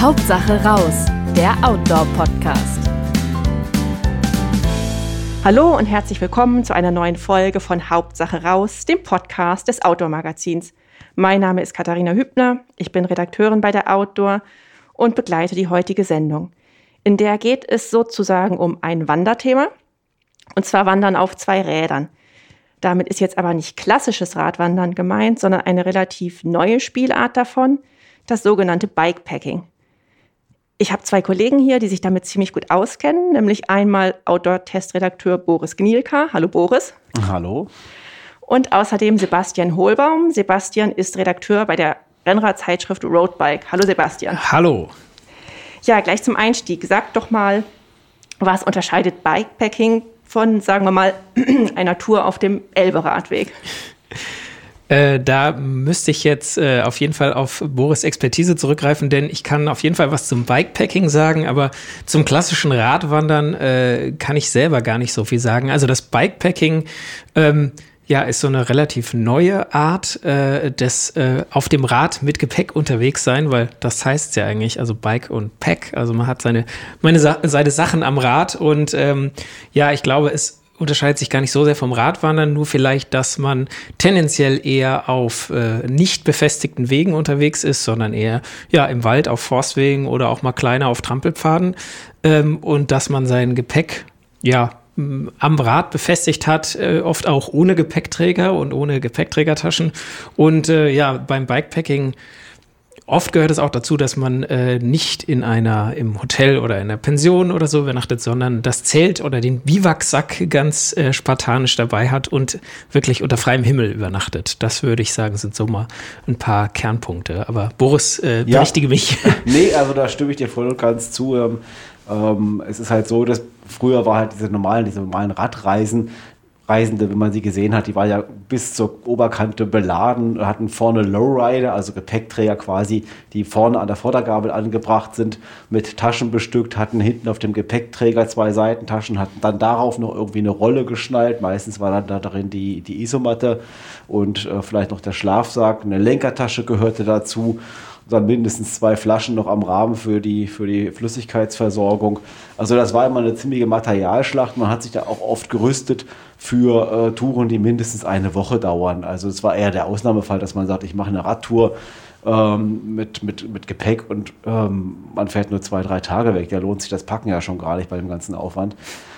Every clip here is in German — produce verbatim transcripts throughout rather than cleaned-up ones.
Hauptsache raus, der Outdoor-Podcast. Hallo und herzlich willkommen zu einer neuen Folge von Hauptsache raus, dem Podcast des Outdoor-Magazins. Mein Name ist Katharina Hübner, ich bin Redakteurin bei der Outdoor und begleite die heutige Sendung. In der geht es sozusagen um ein Wanderthema, und zwar Wandern auf zwei Rädern. Damit ist jetzt aber nicht klassisches Radwandern gemeint, sondern eine relativ neue Spielart davon, das sogenannte Bikepacking. Ich habe zwei Kollegen hier, die sich damit ziemlich gut auskennen, nämlich einmal Outdoor-Testredakteur Boris Gnielka. Hallo Boris. Hallo. Und außerdem Sebastian Hohlbaum. Sebastian ist Redakteur bei der Rennradzeitschrift Roadbike. Hallo Sebastian. Hallo. Ja, gleich zum Einstieg. Sag doch mal, was unterscheidet Bikepacking von, sagen wir mal, einer Tour auf dem Elbe-Radweg? Äh, da müsste ich jetzt äh, auf jeden Fall auf Boris' Expertise zurückgreifen, denn ich kann auf jeden Fall was zum Bikepacking sagen, aber zum klassischen Radwandern äh, kann ich selber gar nicht so viel sagen. Also das Bikepacking ähm, ja, ist so eine relativ neue Art äh, des äh, auf dem Rad mit Gepäck unterwegs sein, weil das heißt ja eigentlich, also Bike und Pack, also man hat seine, meine Sa- seine Sachen am Rad und ähm, ja, ich glaube, es unterscheidet sich gar nicht so sehr vom Radwandern, nur vielleicht, dass man tendenziell eher auf äh, nicht befestigten Wegen unterwegs ist, sondern eher ja im Wald auf Forstwegen oder auch mal kleiner auf Trampelpfaden ähm, und dass man sein Gepäck ja m, am Rad befestigt hat, äh, oft auch ohne Gepäckträger und ohne Gepäckträgertaschen und äh, ja beim Bikepacking oft gehört es auch dazu, dass man äh, nicht in einer, im Hotel oder in einer Pension oder so übernachtet, sondern das Zelt oder den Biwaksack ganz äh, spartanisch dabei hat und wirklich unter freiem Himmel übernachtet. Das würde ich sagen, sind so mal ein paar Kernpunkte. Aber Boris, äh, Ja. berichtige mich. Nee, also da stimme ich dir voll und ganz zu. Ähm, ähm, es ist halt so, dass früher war halt diese normalen, diese normalen Radreisen, Reisende, wenn man sie gesehen hat, die waren ja bis zur Oberkante beladen, hatten vorne Lowrider, also Gepäckträger quasi, die vorne an der Vordergabel angebracht sind, mit Taschen bestückt, hatten hinten auf dem Gepäckträger zwei Seitentaschen, hatten dann darauf noch irgendwie eine Rolle geschnallt. Meistens war dann da drin die, die Isomatte und äh, vielleicht noch der Schlafsack. Eine Lenkertasche gehörte dazu. Dann mindestens zwei Flaschen noch am Rahmen für die, für die Flüssigkeitsversorgung. Also das war immer eine ziemliche Materialschlacht. Man hat sich da auch oft gerüstet für äh, Touren, die mindestens eine Woche dauern. Also es war eher der Ausnahmefall, dass man sagt, ich mache eine Radtour ähm, mit, mit, mit Gepäck und ähm, man fährt nur zwei, drei Tage weg. Da lohnt sich das Packen ja schon gar nicht bei dem ganzen Aufwand.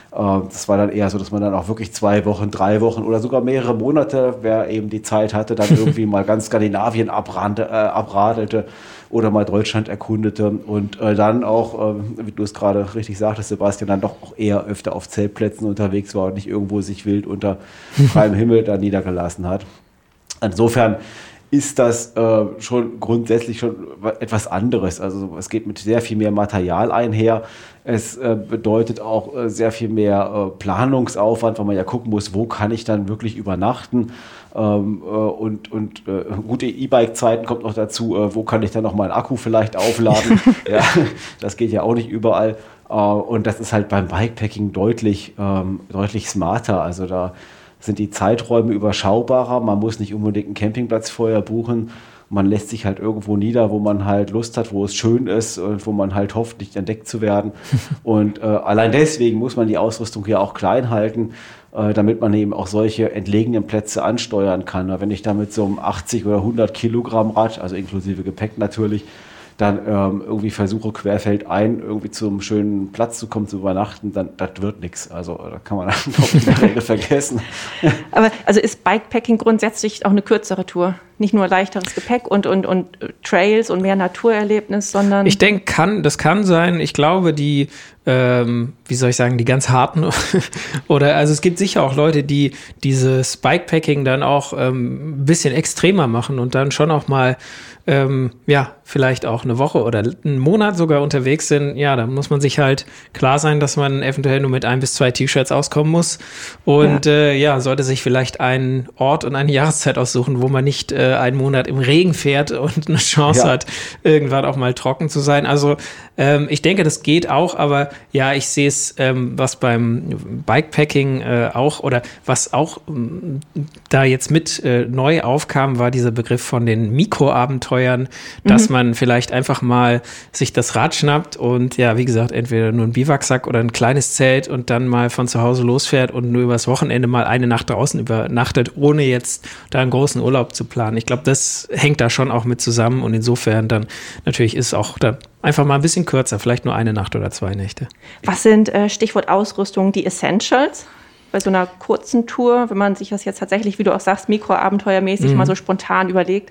Das war dann eher so, dass man dann auch wirklich zwei Wochen, drei Wochen oder sogar mehrere Monate, wer eben die Zeit hatte, dann irgendwie mal ganz Skandinavien abrande, äh, abradelte oder mal Deutschland erkundete und äh, dann auch, äh, wie du es gerade richtig sagtest, Sebastian, dann doch auch eher öfter auf Zeltplätzen unterwegs war und nicht irgendwo sich wild unter freiem Himmel da niedergelassen hat. Insofern ist das äh, schon grundsätzlich schon etwas anderes. Also es geht mit sehr viel mehr Material einher. Es äh, bedeutet auch äh, sehr viel mehr äh, Planungsaufwand, weil man ja gucken muss, wo kann ich dann wirklich übernachten. Ähm, äh, und und äh, gute E-Bike-Zeiten kommt noch dazu, äh, wo kann ich dann noch meinen Akku vielleicht aufladen. Ja, das geht ja auch nicht überall. Äh, und das ist halt beim Bikepacking deutlich, ähm, deutlich smarter. Also da sind die Zeiträume überschaubarer. Man muss nicht unbedingt einen Campingplatz vorher buchen. Man lässt sich halt irgendwo nieder, wo man halt Lust hat, wo es schön ist und wo man halt hofft, nicht entdeckt zu werden. Und äh, allein deswegen muss man die Ausrüstung hier auch klein halten, äh, damit man eben auch solche entlegenen Plätze ansteuern kann. Wenn ich da mit so einem achtzig oder hundert Kilogramm Rad, also inklusive Gepäck natürlich, dann ähm, irgendwie versuche, querfeldein irgendwie zum schönen Platz zu kommen, zu übernachten, dann das wird nichts. Also da kann man dann in der Regel vergessen. Aber also ist Bikepacking grundsätzlich auch eine kürzere Tour? Nicht nur leichteres Gepäck und, und, und Trails und mehr Naturerlebnis, sondern... Ich denke, kann, das kann sein. Ich glaube, die, ähm, wie soll ich sagen, die ganz harten oder, also es gibt sicher auch Leute, die dieses Bikepacking dann auch ähm, ein bisschen extremer machen und dann schon auch mal, ähm, ja, vielleicht auch eine Woche oder einen Monat sogar unterwegs sind. Ja, da muss man sich halt klar sein, dass man eventuell nur mit ein bis zwei T-Shirts auskommen muss und ja, äh, ja sollte sich vielleicht einen Ort und eine Jahreszeit aussuchen, wo man nicht äh, einen Monat im Regen fährt und eine Chance ja. hat, irgendwann auch mal trocken zu sein. Also ähm, ich denke, das geht auch, aber ja, ich sehe es, ähm, was beim Bikepacking äh, auch oder was auch ähm, da jetzt mit äh, neu aufkam, war dieser Begriff von den Mikroabenteuern, dass mhm. man vielleicht einfach mal sich das Rad schnappt und ja, wie gesagt, entweder nur ein Biwaksack oder ein kleines Zelt und dann mal von zu Hause losfährt und nur übers Wochenende mal eine Nacht draußen übernachtet, ohne jetzt da einen großen Urlaub zu planen. Ich glaube, das hängt da schon auch mit zusammen und insofern dann natürlich ist auch da einfach mal ein bisschen kürzer, vielleicht nur eine Nacht oder zwei Nächte. Was sind, äh, Stichwort Ausrüstung, die Essentials bei so einer kurzen Tour, wenn man sich das jetzt tatsächlich, wie du auch sagst, mikroabenteuermäßig mhm. mal so spontan überlegt?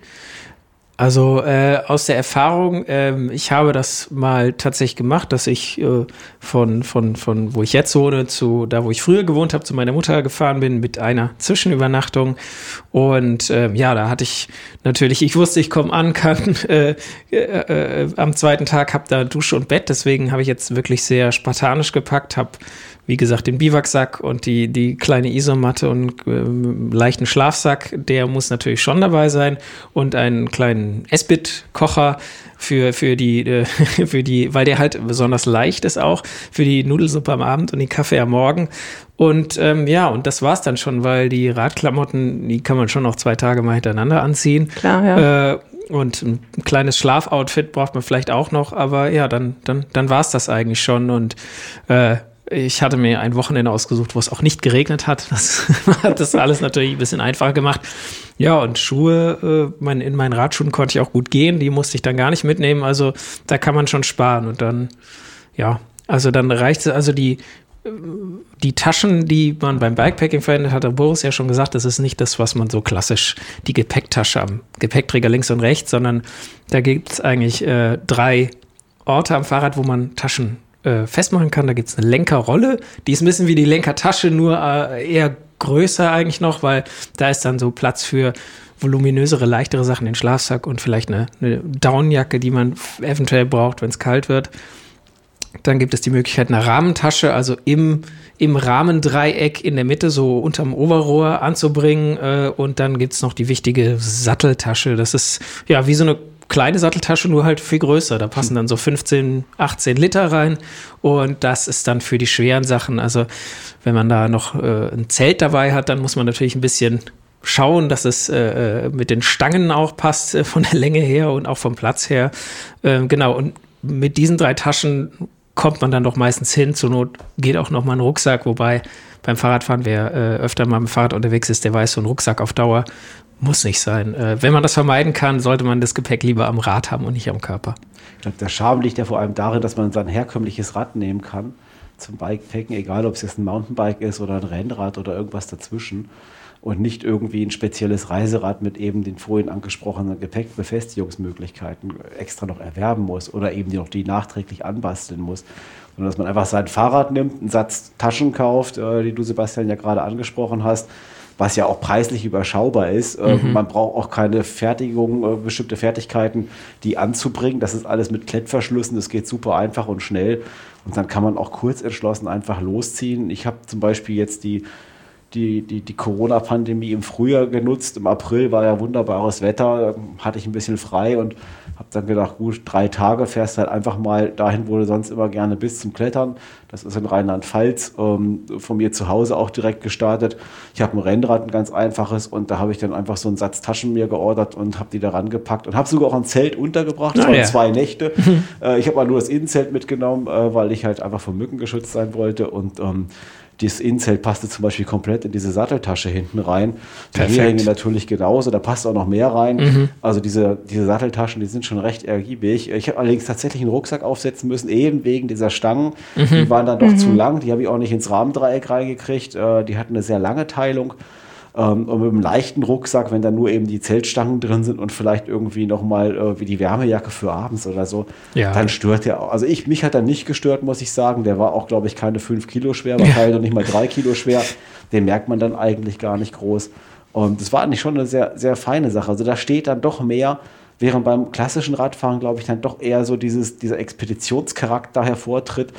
Also äh, aus der Erfahrung, äh, ich habe das mal tatsächlich gemacht, dass ich äh, von, von, von wo ich jetzt wohne zu da, wo ich früher gewohnt habe, zu meiner Mutter gefahren bin mit einer Zwischenübernachtung. Und äh, ja, da hatte ich natürlich, ich wusste, ich komme an, kann äh, äh, äh, am zweiten Tag, habe da Dusche und Bett. Deswegen habe ich jetzt wirklich sehr spartanisch gepackt, habe wie gesagt, den Biwaksack und die, die kleine Isomatte und äh, leichten Schlafsack, der muss natürlich schon dabei sein und einen kleinen Esbit-Kocher für, für die, äh, für die, weil der halt besonders leicht ist auch, für die Nudelsuppe am Abend und den Kaffee am Morgen. Und ähm, ja, und das war's dann schon, weil die Radklamotten, die kann man schon noch zwei Tage mal hintereinander anziehen. Klar, ja. Äh, und ein kleines Schlafoutfit braucht man vielleicht auch noch, aber ja, dann, dann, dann war's das eigentlich schon und äh, ich hatte mir ein Wochenende ausgesucht, wo es auch nicht geregnet hat. Das hat das alles natürlich ein bisschen einfacher gemacht. Ja, und Schuhe, äh, mein, in meinen Radschuhen konnte ich auch gut gehen. Die musste ich dann gar nicht mitnehmen. Also da kann man schon sparen. Und dann, ja, also dann reicht es. Also die, die Taschen, die man beim Bikepacking verwendet, hat der Boris ja schon gesagt, das ist nicht das, was man so klassisch, die Gepäcktasche am Gepäckträger links und rechts, sondern da gibt es eigentlich äh, drei Orte am Fahrrad, wo man Taschen festmachen kann. Da gibt es eine Lenkerrolle, die ist ein bisschen wie die Lenkertasche, nur äh, eher größer eigentlich noch, weil da ist dann so Platz für voluminösere, leichtere Sachen, den Schlafsack und vielleicht eine, eine Downjacke, die man eventuell braucht, wenn es kalt wird. Dann gibt es die Möglichkeit, eine Rahmentasche, also im, im Rahmendreieck in der Mitte, so unterm Oberrohr anzubringen. Äh, und dann gibt es noch die wichtige Satteltasche. Das ist ja wie so eine kleine Satteltasche, nur halt viel größer. Da passen dann so fünfzehn, achtzehn Liter rein und das ist dann für die schweren Sachen. Also wenn man da noch äh, ein Zelt dabei hat, dann muss man natürlich ein bisschen schauen, dass es äh, mit den Stangen auch passt, äh, von der Länge her und auch vom Platz her. Äh, genau, und mit diesen drei Taschen kommt man dann doch meistens hin. Zur Not geht auch noch mal ein Rucksack, wobei beim Fahrradfahren, wer äh, öfter mal mit dem Fahrrad unterwegs ist, der weiß, so ein Rucksack auf Dauer muss nicht sein. Äh, wenn man das vermeiden kann, sollte man das Gepäck lieber am Rad haben und nicht am Körper. Ich glaube, der Charme liegt ja vor allem darin, dass man sein herkömmliches Rad nehmen kann zum Bikepacken, egal ob es jetzt ein Mountainbike ist oder ein Rennrad oder irgendwas dazwischen und nicht irgendwie ein spezielles Reiserad mit eben den vorhin angesprochenen Gepäckbefestigungsmöglichkeiten extra noch erwerben muss oder eben noch die nachträglich anbasteln muss. Sondern dass man einfach sein Fahrrad nimmt, einen Satz Taschen kauft, äh, die du, Sebastian, ja gerade angesprochen hast, was ja auch preislich überschaubar ist. Mhm. Man braucht auch keine Fertigung, bestimmte Fertigkeiten, die anzubringen. Das ist alles mit Klettverschlüssen, das geht super einfach und schnell. Und dann kann man auch kurz entschlossen einfach losziehen. Ich habe zum Beispiel jetzt die, die, die, die Corona-Pandemie im Frühjahr genutzt. Im April war ja wunderbares Wetter, hatte ich ein bisschen frei und habe dann gedacht, gut, drei Tage fährst halt einfach mal dahin, wo du sonst immer gerne bist, zum Klettern. Das ist in Rheinland-Pfalz, ähm, von mir zu Hause auch direkt gestartet. Ich habe ein Rennrad, ein ganz einfaches, und da habe ich dann einfach so einen Satz Taschen mir geordert und habe die da rangepackt und habe sogar auch ein Zelt untergebracht, das ah, waren ja. zwei Nächte. äh, ich habe mal nur das Innenzelt mitgenommen, äh, weil ich halt einfach vor Mücken geschützt sein wollte, und ähm, das Innenzelt passte zum Beispiel komplett in diese Satteltasche hinten rein. Die Heringe natürlich genauso, da passt auch noch mehr rein. Mhm. Also diese, diese Satteltaschen, die sind schon recht ergiebig. Ich habe allerdings tatsächlich einen Rucksack aufsetzen müssen, eben wegen dieser Stangen. Mhm. Die waren dann doch mhm. zu lang, die habe ich auch nicht ins Rahmendreieck reingekriegt. Äh, die hatten eine sehr lange Teilung. Ähm, und mit einem leichten Rucksack, wenn da nur eben die Zeltstangen drin sind und vielleicht irgendwie nochmal äh, wie die Wärmejacke für abends oder so, ja. dann stört der auch. Also ich, mich hat er nicht gestört, muss ich sagen. Der war auch, glaube ich, keine fünf Kilo schwer, wahrscheinlich noch nicht mal drei Kilo schwer. Den merkt man dann eigentlich gar nicht groß. Und das war eigentlich schon eine sehr, sehr feine Sache. Also da steht dann doch mehr, während beim klassischen Radfahren, glaube ich, dann doch eher so dieses, dieser Expeditionscharakter hervortritt.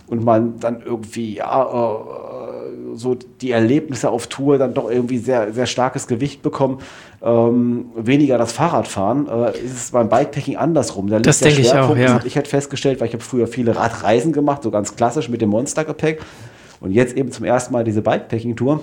und man dann irgendwie ja, äh, so die Erlebnisse auf Tour dann doch irgendwie sehr, sehr starkes Gewicht bekommen, ähm, weniger das Fahrradfahren, äh, ist es beim Bikepacking andersrum. Da das denke ich auch, ja. Das habe ich halt festgestellt, weil ich habe früher viele Radreisen gemacht, so ganz klassisch mit dem Monstergepäck und jetzt eben zum ersten Mal diese Bikepacking-Tour.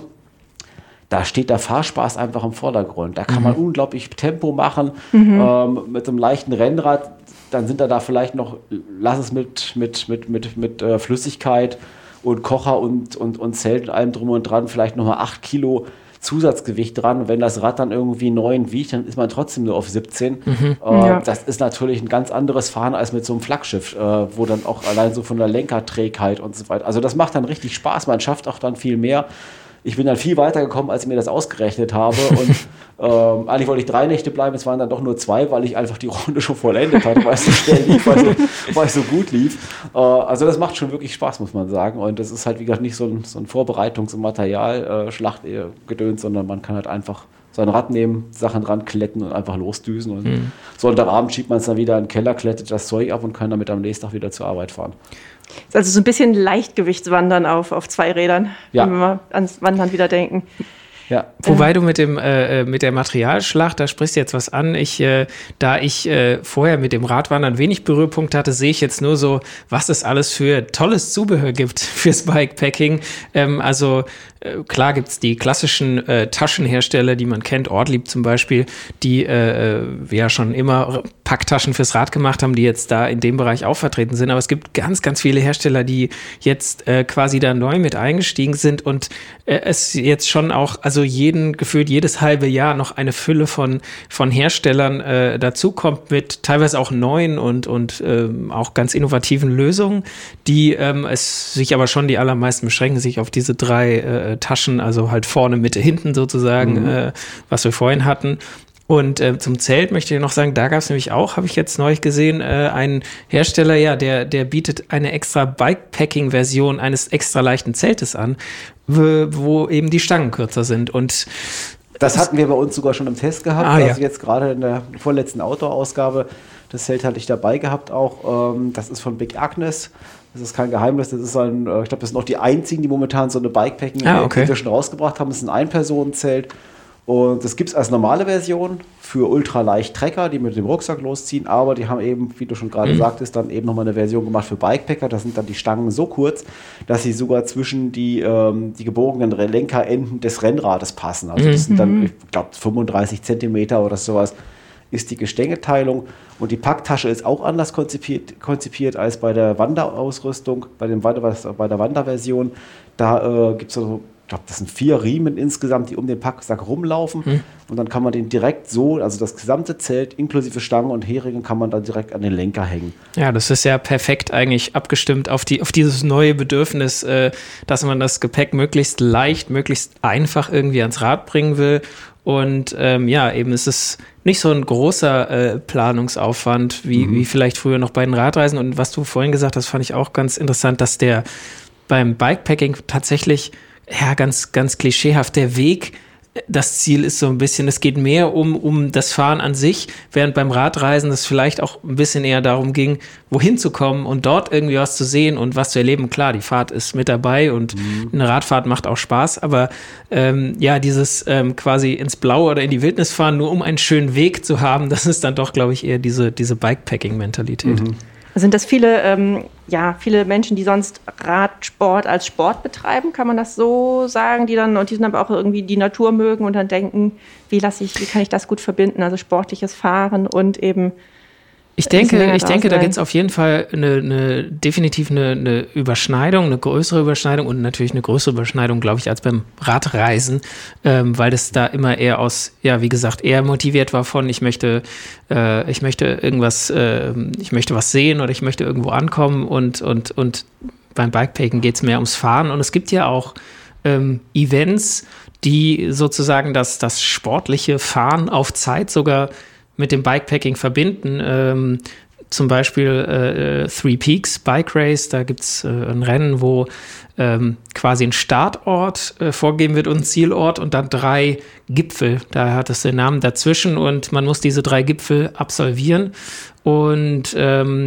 Da steht der Fahrspaß einfach im Vordergrund. Da kann mhm. man unglaublich Tempo machen, mhm. ähm, mit einem leichten Rennrad, dann sind da da vielleicht noch, lass es mit, mit, mit, mit, mit äh, Flüssigkeit und Kocher und, und, und Zelt und allem drum und dran, vielleicht nochmal acht Kilo Zusatzgewicht dran. Und wenn das Rad dann irgendwie neun wiegt, dann ist man trotzdem nur auf siebzehn. Mhm. Äh, ja. Das ist natürlich ein ganz anderes Fahren als mit so einem Flaggschiff, äh, wo dann auch allein so von der Lenkerträgheit und so weiter. Also das macht dann richtig Spaß, man schafft auch dann viel mehr. Ich bin dann viel weiter gekommen, als ich mir das ausgerechnet habe. Und ähm, eigentlich wollte ich drei Nächte bleiben, es waren dann doch nur zwei, weil ich einfach die Runde schon vollendet hatte, weil es so schnell lief, weil es so, weil es so gut lief. Äh, also das macht schon wirklich Spaß, muss man sagen. Und das ist halt, wie gesagt, nicht so ein, so ein Vorbereitungs- und Material-Schlachtgedöns, äh, sondern man kann halt einfach sein Rad nehmen, Sachen dran kletten und einfach losdüsen. Und mhm. Sonntagabend schiebt man es dann wieder in den Keller, klettet das Zeug ab und kann damit am nächsten Tag wieder zur Arbeit fahren. Das ist also so ein bisschen Leichtgewichtswandern auf, auf zwei Rädern, ja. Wenn wir mal ans Wandern wieder denken. Ja. Wobei du mit dem äh, mit der Materialschlacht, da sprichst du jetzt was an. Ich, äh, da ich äh, vorher mit dem Radwandern wenig Berührpunkt hatte, sehe ich jetzt nur so, was es alles für tolles Zubehör gibt fürs Bikepacking. Ähm, also äh, klar gibt's die klassischen äh, Taschenhersteller, die man kennt, Ortlieb zum Beispiel, die äh, ja schon immer Packtaschen fürs Rad gemacht haben, die jetzt da in dem Bereich auch vertreten sind. Aber es gibt ganz, ganz viele Hersteller, die jetzt äh, quasi da neu mit eingestiegen sind und äh, es jetzt schon auch, also jeden, gefühlt jedes halbe Jahr noch eine Fülle von, von Herstellern äh, dazukommt mit teilweise auch neuen und, und ähm, auch ganz innovativen Lösungen, die ähm, es sich aber schon die allermeisten beschränken sich auf diese drei äh, Taschen, also halt vorne, Mitte, hinten sozusagen, mhm. äh, was wir vorhin hatten. Und äh, zum Zelt möchte ich noch sagen, da gab es nämlich auch, habe ich jetzt neulich gesehen, äh, einen Hersteller, ja, der, der bietet eine extra Bikepacking-Version eines extra leichten Zeltes an, wo, wo eben die Stangen kürzer sind. Und das hatten wir bei uns sogar schon im Test gehabt. Ah, ja. Also jetzt gerade in der vorletzten Outdoor-Ausgabe, das Zelt hatte ich dabei gehabt auch. Ähm, das ist von Big Agnes. Das ist kein Geheimnis, das ist ein, ich glaube, das sind auch die einzigen, die momentan so eine Bikepacking-Edition ah, okay. rausgebracht haben. Das ist ein Ein-Personen-Zelt. Und das gibt es als normale Version für ultraleicht Trekker, die mit dem Rucksack losziehen, aber die haben eben, wie du schon gerade mhm. sagtest, dann eben nochmal eine Version gemacht für Bikepacker. Da sind dann die Stangen so kurz, dass sie sogar zwischen die, ähm, die gebogenen Lenkerenden des Rennrades passen. Also das sind dann, ich glaube, fünfunddreißig Zentimeter oder sowas ist die Gestängeteilung. Und die Packtasche ist auch anders konzipiert, konzipiert als bei der Wanderausrüstung, bei, dem Wander, bei der Wanderversion. Da äh, gibt es so, ich glaube, das sind vier Riemen insgesamt, die um den Packsack rumlaufen. Hm. Und dann kann man den direkt so, also das gesamte Zelt inklusive Stangen und Heringen, kann man dann direkt an den Lenker hängen. Ja, das ist ja perfekt eigentlich abgestimmt auf, die, auf dieses neue Bedürfnis, äh, dass man das Gepäck möglichst leicht, möglichst einfach irgendwie ans Rad bringen will. Und ähm, ja, eben ist es nicht so ein großer äh, Planungsaufwand, wie, mhm. wie vielleicht früher noch bei den Radreisen. Und was du vorhin gesagt hast, fand ich auch ganz interessant, dass der beim Bikepacking tatsächlich ja, ganz, ganz klischeehaft. Der Weg, das Ziel ist so ein bisschen, es geht mehr um, um das Fahren an sich, während beim Radreisen es vielleicht auch ein bisschen eher darum ging, wohin zu kommen und dort irgendwie was zu sehen und was zu erleben. Klar, die Fahrt ist mit dabei und mhm. eine Radfahrt macht auch Spaß, aber ähm, ja, dieses ähm, quasi ins Blaue oder in die Wildnis fahren, nur um einen schönen Weg zu haben, das ist dann doch, glaube ich, eher diese, diese Bikepacking-Mentalität. Mhm. Sind das viele, ähm, ja, viele Menschen, die sonst Radsport als Sport betreiben, kann man das so sagen, die dann und die dann aber auch irgendwie die Natur mögen und dann denken, wie lasse ich, wie kann ich das gut verbinden, also sportliches Fahren und eben Ich denke, ich denke, da gibt es auf jeden Fall eine, eine definitiv eine, eine Überschneidung, eine größere Überschneidung und natürlich eine größere Überschneidung, glaube ich, als beim Radreisen, ähm, weil das da immer eher aus, ja, wie gesagt, eher motiviert war von, ich möchte, äh, ich möchte irgendwas, äh, ich möchte was sehen oder ich möchte irgendwo ankommen und und und beim Bikepacking geht es mehr ums Fahren und es gibt ja auch ähm, Events, die sozusagen das das sportliche Fahren auf Zeit sogar mit dem Bikepacking verbinden. Ähm, zum Beispiel äh, Three Peaks Bike Race, da gibt es äh, ein Rennen, wo ähm, quasi ein Startort äh, vorgegeben wird und ein Zielort und dann drei Gipfel. Da hat es den Namen dazwischen und man muss diese drei Gipfel absolvieren. Und ähm,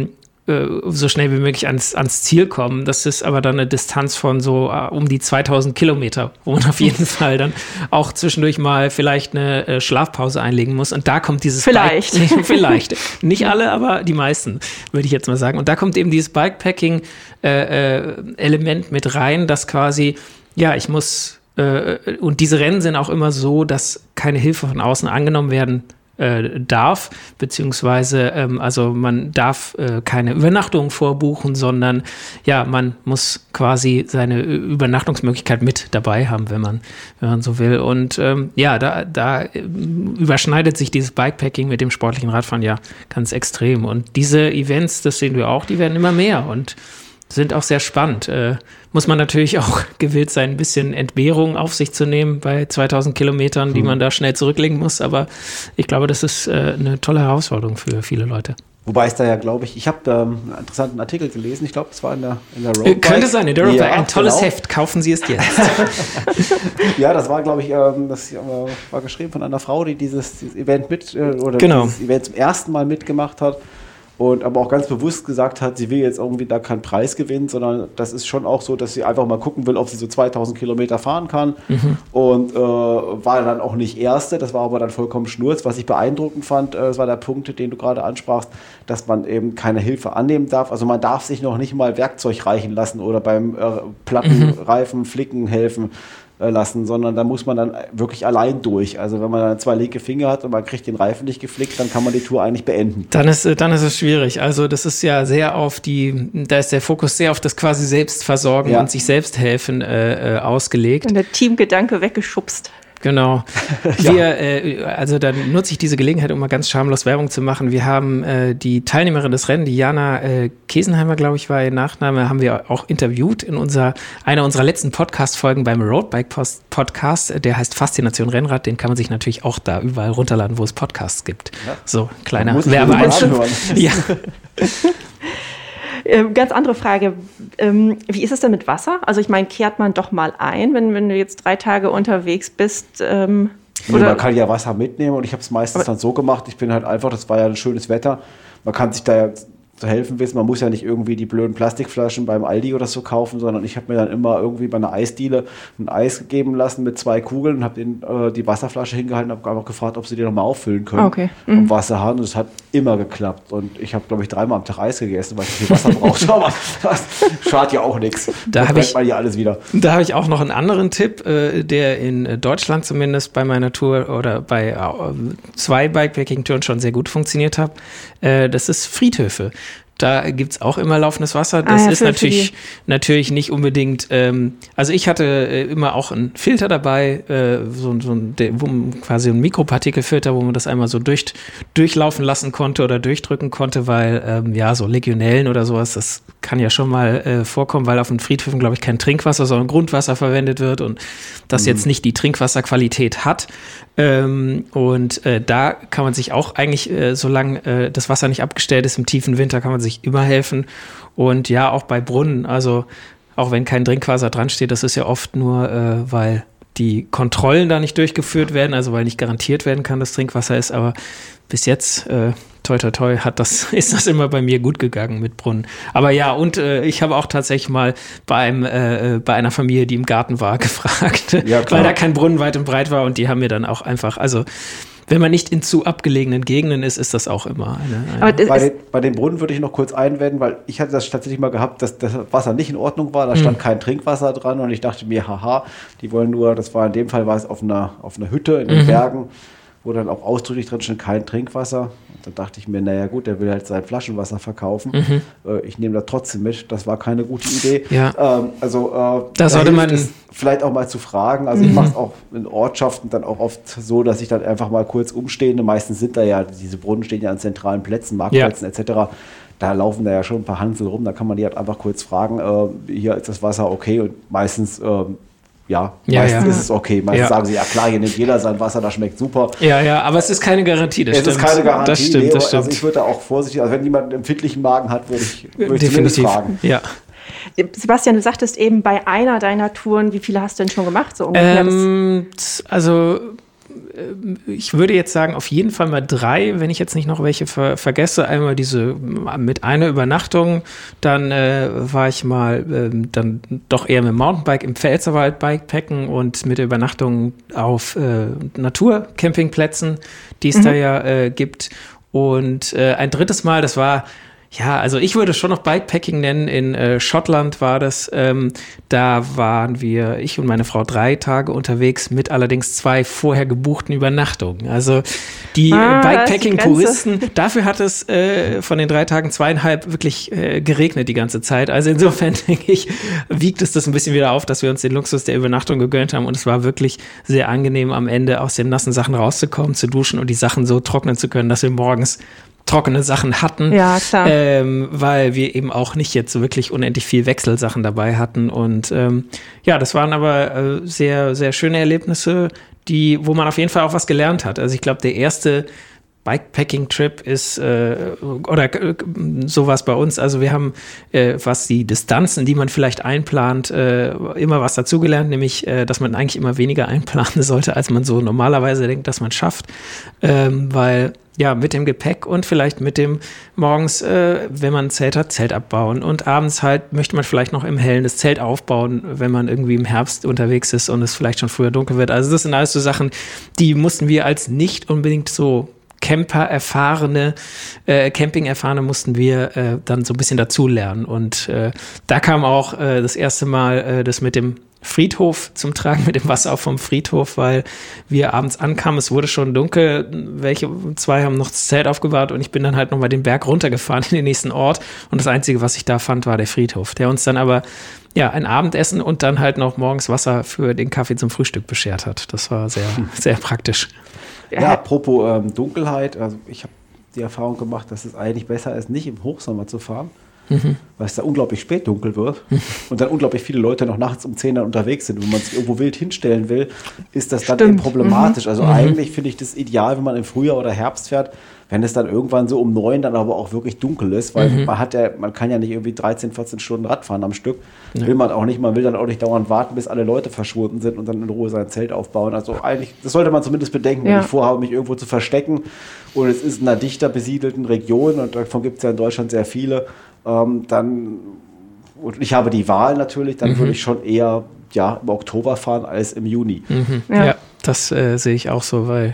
so schnell wie möglich ans, ans Ziel kommen. Das ist aber dann eine Distanz von so uh, um die zweitausend Kilometer, wo man auf jeden Fall dann auch zwischendurch mal vielleicht eine äh, Schlafpause einlegen muss. Und da kommt dieses Vielleicht. Bike- vielleicht. Nicht alle, aber die meisten, würde ich jetzt mal sagen. Und da kommt eben dieses Bikepacking-Element äh, mit rein, dass quasi, ja, ich muss, äh, und diese Rennen sind auch immer so, dass keine Hilfe von außen angenommen werden darf, beziehungsweise ähm, also man darf äh, keine Übernachtung vorbuchen, sondern ja, man muss quasi seine Übernachtungsmöglichkeit mit dabei haben, wenn man, wenn man so will. Und ähm, ja, da, da überschneidet sich dieses Bikepacking mit dem sportlichen Radfahren ja ganz extrem. Und diese Events, das sehen wir auch, die werden immer mehr und sind auch sehr spannend. Äh, muss man natürlich auch gewillt sein, ein bisschen Entbehrung auf sich zu nehmen bei zweitausend Kilometern, die man da schnell zurücklegen muss. Aber ich glaube, das ist äh, eine tolle Herausforderung für viele Leute. Wobei es da ja, glaube ich, ich habe da einen interessanten Artikel gelesen. Ich glaube, es war in der, in der Roadbike. Könnte sein, in der Roadbike. Ja, ein tolles genau. Heft. Kaufen Sie es jetzt. Ja, das war, glaube ich, ähm, das war geschrieben von einer Frau, die dieses, dieses Event mit äh, oder genau. dieses Event zum ersten Mal mitgemacht hat. Und aber auch ganz bewusst gesagt hat, sie will jetzt irgendwie da keinen Preis gewinnen, sondern das ist schon auch so, dass sie einfach mal gucken will, ob sie so zweitausend Kilometer fahren kann. Mhm. Und äh, war dann auch nicht Erste, das war aber dann vollkommen Schnurz. Was ich beeindruckend fand, äh, das war der Punkt, den du gerade ansprachst, dass man eben keine Hilfe annehmen darf. Also man darf sich noch nicht mal Werkzeug reichen lassen oder beim äh, Plattenreifen, mhm. Flicken helfen lassen, sondern da muss man dann wirklich allein durch. Also wenn man dann zwei linke Finger hat und man kriegt den Reifen nicht geflickt, dann kann man die Tour eigentlich beenden. Dann ist, dann ist es schwierig. Also das ist ja sehr auf die, da ist der Fokus sehr auf das quasi Selbstversorgen ja. und sich selbst helfen äh, ausgelegt. Und der Teamgedanke weggeschubst. Genau. Ja. Wir, äh, also dann nutze ich diese Gelegenheit, um mal ganz schamlos Werbung zu machen. Wir haben äh, die Teilnehmerin des Rennens, die Jana äh, Kesenheimer, glaube ich, war ihr Nachname, haben wir auch interviewt in unserer, einer unserer letzten Podcast-Folgen beim Roadbike-Podcast. Der heißt Faszination Rennrad. Den kann man sich natürlich auch da überall runterladen, wo es Podcasts gibt. Ja. So, kleiner Werbeeinschub. Ja. Ganz andere Frage. Wie ist es denn mit Wasser? Also ich meine, kehrt man doch mal ein, wenn, wenn du jetzt drei Tage unterwegs bist? Ähm, oder man kann ja Wasser mitnehmen und ich habe es meistens dann so gemacht. Ich bin halt einfach, das war ja ein schönes Wetter. Man kann sich da ja zu helfen wissen. Man muss ja nicht irgendwie die blöden Plastikflaschen beim Aldi oder so kaufen, sondern ich habe mir dann immer irgendwie bei einer Eisdiele ein Eis geben lassen mit zwei Kugeln und habe äh, die Wasserflasche hingehalten und habe einfach gefragt, ob sie die nochmal auffüllen können. Okay. Mhm. Und Wasser haben. Und es hat immer geklappt. Und ich habe, glaube ich, dreimal am Tag Eis gegessen, weil ich viel Wasser brauchte. Aber das schadet ja auch nichts. Da habe ich, ja alles wieder. Da habe ich auch noch einen anderen Tipp, äh, der in Deutschland zumindest bei meiner Tour oder bei äh, zwei Bikepacking-Touren schon sehr gut funktioniert hat. Äh, das ist Friedhöfe. Da gibt es auch immer laufendes Wasser. Das ah, ja, ist natürlich, natürlich nicht unbedingt, ähm, also ich hatte äh, immer auch einen Filter dabei, äh, so, so ein, der, wo, quasi ein Mikropartikelfilter, wo man das einmal so durch, durchlaufen lassen konnte oder durchdrücken konnte, weil ähm, ja, so Legionellen oder sowas, das kann ja schon mal äh, vorkommen, weil auf den Friedhöfen, glaube ich, kein Trinkwasser, sondern Grundwasser verwendet wird und das mhm. jetzt nicht die Trinkwasserqualität hat. Ähm, und äh, da kann man sich auch eigentlich, äh, solange äh, das Wasser nicht abgestellt ist, im tiefen Winter kann man sich immer helfen. Und ja, auch bei Brunnen, also auch wenn kein Trinkwasser dran steht, das ist ja oft nur, äh, weil die Kontrollen da nicht durchgeführt werden, also weil nicht garantiert werden kann, dass Trinkwasser ist. Aber bis jetzt, äh, toi toi toi, hat das, ist das immer bei mir gut gegangen mit Brunnen. Aber ja, und äh, ich habe auch tatsächlich mal bei, einem, äh, bei einer Familie, die im Garten war, gefragt, ja, weil da kein Brunnen weit und breit war und die haben mir dann auch einfach, also wenn man nicht in zu abgelegenen Gegenden ist, ist das auch immer eine. eine bei, den, bei den Brunnen würde ich noch kurz einwenden, weil ich hatte das tatsächlich mal gehabt, dass das Wasser nicht in Ordnung war. Da stand mhm. kein Trinkwasser dran und ich dachte mir, haha, die wollen nur, das war in dem Fall war es auf einer, auf einer Hütte in den mhm. Bergen, wo dann auch ausdrücklich drin stand, kein Trinkwasser. Und dann dachte ich mir, naja gut, der will halt sein Flaschenwasser verkaufen. Mhm. Äh, ich nehme das trotzdem mit. Das war keine gute Idee. Ja. Ähm, also äh, da sollte man vielleicht auch mal zu fragen. Also mhm. ich mache es auch in Ortschaften dann auch oft so, dass ich dann einfach mal kurz umstehe. Meistens sind da ja, diese Brunnen stehen ja an zentralen Plätzen, Marktplätzen ja. et cetera. Da laufen da ja schon ein paar Hansel rum. Da kann man die halt einfach kurz fragen, äh, hier ist das Wasser okay? Und meistens äh, Ja, ja, meistens ja. ist es okay. Meistens ja. sagen sie, ja klar, hier nimmt jeder sein Wasser, das schmeckt super. Ja, ja, aber es ist keine Garantie, das es stimmt. Es ist keine Garantie, das stimmt, nee, das stimmt. Also ich würde da auch vorsichtig, also wenn jemand einen empfindlichen Magen hat, würde ich, würde ich zumindest fragen. Ja. Sebastian, du sagtest eben bei einer deiner Touren, wie viele hast du denn schon gemacht? So ungefähr? Ähm, also ich würde jetzt sagen, auf jeden Fall mal drei, wenn ich jetzt nicht noch welche ver- vergesse. Einmal diese mit einer Übernachtung, dann äh, war ich mal äh, dann doch eher mit dem Mountainbike im Pfälzerwald Bikepacken und mit der Übernachtung auf äh, Naturcampingplätzen, die es mhm. da ja äh, gibt. Und äh, ein drittes Mal, das war ja, also ich würde schon noch Bikepacking nennen. In äh, Schottland war das. Ähm, da waren wir, ich und meine Frau, drei Tage unterwegs mit allerdings zwei vorher gebuchten Übernachtungen. Also die ah, äh, Bikepacking-Puristen, dafür hat es äh, von den drei Tagen zweieinhalb wirklich äh, geregnet die ganze Zeit. Also insofern denke ich, wiegt es das ein bisschen wieder auf, dass wir uns den Luxus der Übernachtung gegönnt haben. Und es war wirklich sehr angenehm, am Ende aus den nassen Sachen rauszukommen, zu duschen und die Sachen so trocknen zu können, dass wir morgens trockene Sachen hatten, ja, klar. Ähm, weil wir eben auch nicht jetzt wirklich unendlich viel Wechselsachen dabei hatten. Und ähm, ja, das waren aber äh, sehr, sehr schöne Erlebnisse, die, wo man auf jeden Fall auch was gelernt hat. Also ich glaube, der erste Bikepacking-Trip ist, äh, oder äh, sowas bei uns, also wir haben, äh, was die Distanzen, die man vielleicht einplant, äh, immer was dazugelernt, nämlich, äh, dass man eigentlich immer weniger einplanen sollte, als man so normalerweise denkt, dass man schafft, ähm, weil ja, mit dem Gepäck und vielleicht mit dem morgens, äh, wenn man ein Zelt hat, Zelt abbauen und abends halt möchte man vielleicht noch im Hellen das Zelt aufbauen, wenn man irgendwie im Herbst unterwegs ist und es vielleicht schon früher dunkel wird. Also das sind alles so Sachen, die mussten wir als nicht unbedingt so Camper-erfahrene, äh, Camping-erfahrene mussten wir äh, dann so ein bisschen dazulernen. Und äh, da kam auch äh, das erste Mal äh, das mit dem Friedhof zum Tragen, mit dem Wasser auch vom Friedhof, weil wir abends ankamen, es wurde schon dunkel, welche zwei haben noch das Zelt aufgebahrt und ich bin dann halt nochmal den Berg runtergefahren in den nächsten Ort und das Einzige, was ich da fand, war der Friedhof, der uns dann aber ja ein Abendessen und dann halt noch morgens Wasser für den Kaffee zum Frühstück beschert hat. Das war sehr, sehr praktisch. Ja, apropos ähm, Dunkelheit, also ich habe die Erfahrung gemacht, dass es eigentlich besser ist, nicht im Hochsommer zu fahren, mhm. weil es da unglaublich spät dunkel wird und dann unglaublich viele Leute noch nachts um zehn dann unterwegs sind. Und wenn man sich irgendwo wild hinstellen will, ist das dann Stimmt. eben problematisch. Also Mhm. eigentlich finde ich das ideal, wenn man im Frühjahr oder Herbst fährt, wenn es dann irgendwann so um neun dann aber auch wirklich dunkel ist, weil Mhm. man hat ja, man kann ja nicht irgendwie dreizehn, vierzehn Stunden Rad fahren am Stück. Ja. Will man auch nicht. Man will dann auch nicht dauernd warten, bis alle Leute verschwunden sind und dann in Ruhe sein Zelt aufbauen. Also eigentlich, das sollte man zumindest bedenken, wenn Ja. ich vorhabe, mich irgendwo zu verstecken und es ist in einer dichter besiedelten Region und davon gibt es ja in Deutschland sehr viele, ähm, dann, und ich habe die Wahl natürlich, dann Mhm. würde ich schon eher ja, im Oktober fahren als im Juni. Mhm. Ja. Ja. das äh, sehe ich auch so, weil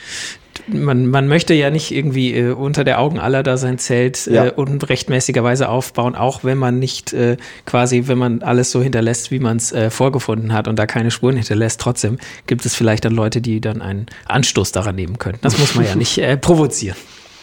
man, man möchte ja nicht irgendwie äh, unter der Augen aller da sein Zelt äh, Ja. unrechtmäßigerweise aufbauen, auch wenn man nicht äh, quasi, wenn man alles so hinterlässt, wie man es äh, vorgefunden hat und da keine Spuren hinterlässt. Trotzdem gibt es vielleicht dann Leute, die dann einen Anstoß daran nehmen könnten. Das muss man ja nicht äh, provozieren.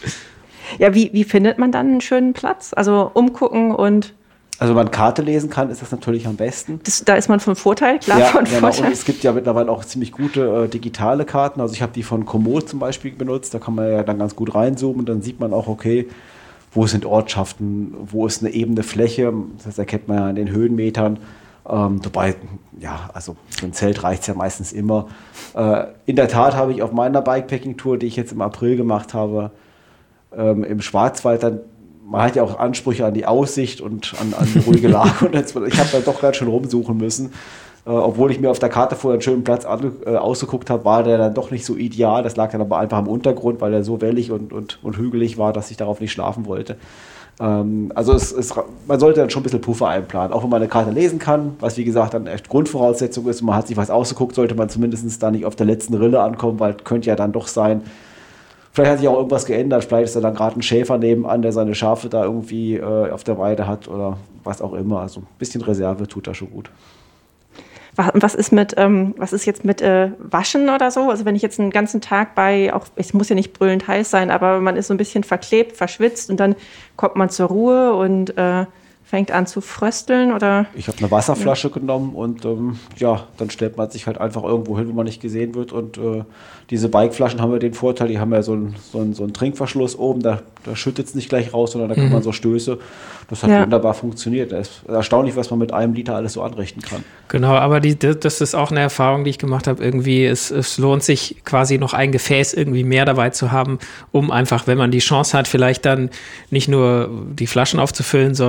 Ja, wie, wie findet man dann einen schönen Platz? Also umgucken und Also wenn man Karte lesen kann, ist das natürlich am besten. das, da ist man vom Vorteil, klar Ja, von genau. Und Vorteil. es gibt ja mittlerweile auch ziemlich gute äh, digitale Karten. Also ich habe die von Komoot zum Beispiel benutzt. Da kann man ja dann ganz gut reinzoomen und dann sieht man auch, okay, wo sind Ortschaften, wo ist eine ebene Fläche. Das erkennt man ja an den Höhenmetern. Ähm, wobei, ja, also so ein Zelt reicht ja meistens immer. Äh, in der Tat habe ich auf meiner Bikepacking-Tour, die ich jetzt im April gemacht habe, ähm, im Schwarzwald dann, man hat ja auch Ansprüche an die Aussicht und an, an die ruhige Lage. Und jetzt, ich habe da doch ganz schön rumsuchen müssen. Äh, obwohl ich mir auf der Karte vorher einen schönen Platz an, äh, ausgeguckt habe, war der dann doch nicht so ideal. Das lag dann aber einfach im Untergrund, weil er so wellig und, und, und hügelig war, dass ich darauf nicht schlafen wollte. Ähm, also es, es, man sollte dann schon ein bisschen Puffer einplanen. Auch wenn man eine Karte lesen kann, was wie gesagt dann echt Grundvoraussetzung ist und man hat sich was ausgeguckt, sollte man zumindest da nicht auf der letzten Rille ankommen, weil könnte ja dann doch sein, vielleicht hat sich auch irgendwas geändert, vielleicht ist da dann gerade ein Schäfer nebenan, der seine Schafe da irgendwie äh, auf der Weide hat oder was auch immer. Also ein bisschen Reserve tut da schon gut. Was, was ist mit, ähm, was ist jetzt mit äh, Waschen oder so? Also wenn ich jetzt einen ganzen Tag bei, auch es muss ja nicht brüllend heiß sein, aber man ist so ein bisschen verklebt, verschwitzt und dann kommt man zur Ruhe und äh, fängt an zu frösteln oder? Ich habe eine Wasserflasche ja. genommen und ähm, ja, dann stellt man sich halt einfach irgendwo hin, wo man nicht gesehen wird. Und äh, diese Bikeflaschen haben ja den Vorteil, die haben ja so einen so so ein Trinkverschluss oben, da, da schüttet es nicht gleich raus, sondern da kann mhm. man so Stöße. Das hat ja. wunderbar funktioniert. Es ist erstaunlich, was man mit einem Liter alles so anrichten kann. Genau, aber die, das ist auch eine Erfahrung, die ich gemacht habe. Irgendwie, es, es lohnt sich quasi noch ein Gefäß irgendwie mehr dabei zu haben, um einfach, wenn man die Chance hat, vielleicht dann nicht nur die Flaschen aufzufüllen, sondern gleich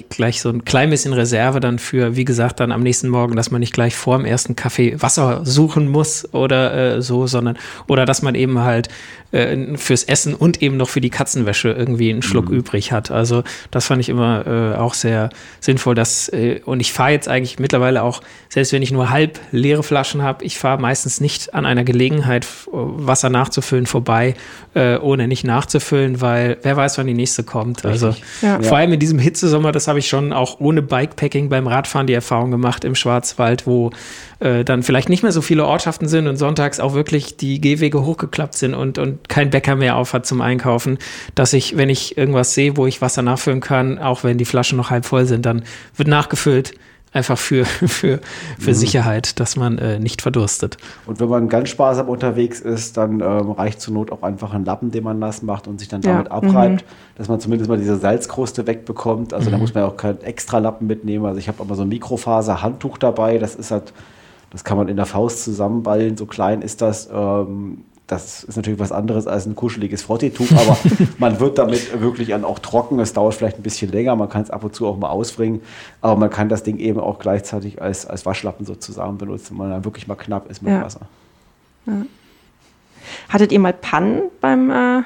ich gleich so ein klein bisschen Reserve dann für, wie gesagt, dann am nächsten Morgen, dass man nicht gleich vor dem ersten Kaffee Wasser suchen muss oder äh, so, sondern oder dass man eben halt äh, fürs Essen und eben noch für die Katzenwäsche irgendwie einen Schluck mhm. übrig hat. Also das fand ich immer äh, auch sehr sinnvoll. Dass, äh, und ich fahre jetzt eigentlich mittlerweile auch, selbst wenn ich nur halb leere Flaschen habe, ich fahre meistens nicht an einer Gelegenheit, Wasser nachzufüllen, vorbei, äh, ohne nicht nachzufüllen, weil wer weiß, wann die nächste kommt. Richtig. Also ja. vor allem in diesem Hitzesommer, das habe ich schon auch ohne Bikepacking beim Radfahren die Erfahrung gemacht im Schwarzwald, wo äh, dann vielleicht nicht mehr so viele Ortschaften sind und sonntags auch wirklich die Gehwege hochgeklappt sind und, und kein Bäcker mehr auf hat zum Einkaufen, dass ich, wenn ich irgendwas sehe, wo ich Wasser nachfüllen kann, auch wenn die Flaschen noch halb voll sind, dann wird nachgefüllt. Einfach für, für, für mhm. Sicherheit, dass man äh, nicht verdurstet. Und wenn man ganz sparsam unterwegs ist, dann ähm, reicht zur Not auch einfach ein Lappen, den man nass macht und sich dann damit ja. abreibt, mhm. dass man zumindest mal diese Salzkruste wegbekommt. Also mhm. da muss man ja auch keinen extra Lappen mitnehmen. Also ich habe immer so ein Mikrofaser-Handtuch dabei. Das ist halt, das kann man in der Faust zusammenballen. So klein ist das. Ähm, Das ist natürlich was anderes als ein kuscheliges Frotteetuch, aber man wird damit wirklich dann auch trocken. Es dauert vielleicht ein bisschen länger, man kann es ab und zu auch mal ausbringen, aber man kann das Ding eben auch gleichzeitig als, als Waschlappen sozusagen benutzen, wenn man dann wirklich mal knapp ist mit ja. Wasser. Ja. Hattet ihr mal Pannen beim äh,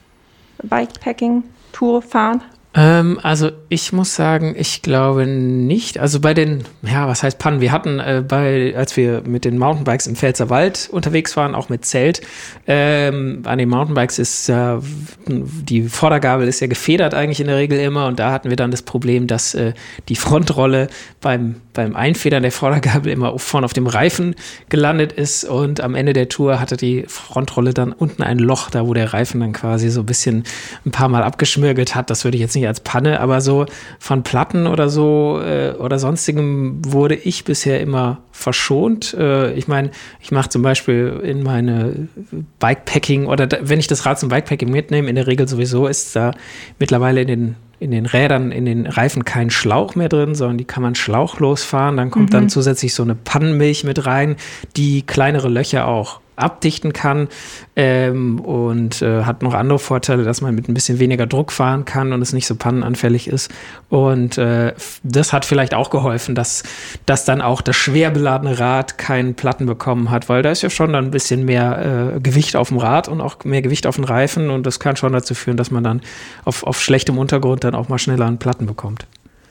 Bikepacking-Tourfahren? Ähm, also ich muss sagen, ich glaube nicht. Also bei den, ja, was heißt Pannen? Wir hatten, äh, bei, als wir mit den Mountainbikes im Pfälzerwald unterwegs waren, auch mit Zelt, ähm, an den Mountainbikes ist ja, äh, die Vordergabel ist ja gefedert eigentlich in der Regel immer und da hatten wir dann das Problem, dass äh, die Frontrolle beim, beim Einfedern der Vordergabel immer vorne auf dem Reifen gelandet ist und am Ende der Tour hatte die Frontrolle dann unten ein Loch, da wo der Reifen dann quasi so ein bisschen ein paar Mal abgeschmirgelt hat. Das würde ich jetzt nicht als Panne, aber so von Platten oder so äh, oder sonstigem wurde ich bisher immer verschont. Äh, ich meine, ich mache zum Beispiel in meine Bikepacking oder da, wenn ich das Rad zum Bikepacking mitnehme, in der Regel sowieso ist da mittlerweile in den in den Rädern, in den Reifen kein Schlauch mehr drin, sondern die kann man schlauchlos fahren. Dann kommt mhm. dann zusätzlich so eine Pannenmilch mit rein, die kleinere Löcher auch abdichten kann ähm, und äh, hat noch andere Vorteile, dass man mit ein bisschen weniger Druck fahren kann und es nicht so pannenanfällig ist. Und äh, das hat vielleicht auch geholfen, dass, dass dann auch das schwer beladene Rad keinen Platten bekommen hat, weil da ist ja schon dann ein bisschen mehr äh, Gewicht auf dem Rad und auch mehr Gewicht auf den Reifen und das kann schon dazu führen, dass man dann auf, auf schlechtem Untergrund dann auch mal schneller einen Platten bekommt.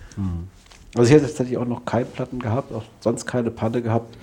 Also ich hätte tatsächlich auch noch keine Platten gehabt, auch sonst keine Panne gehabt.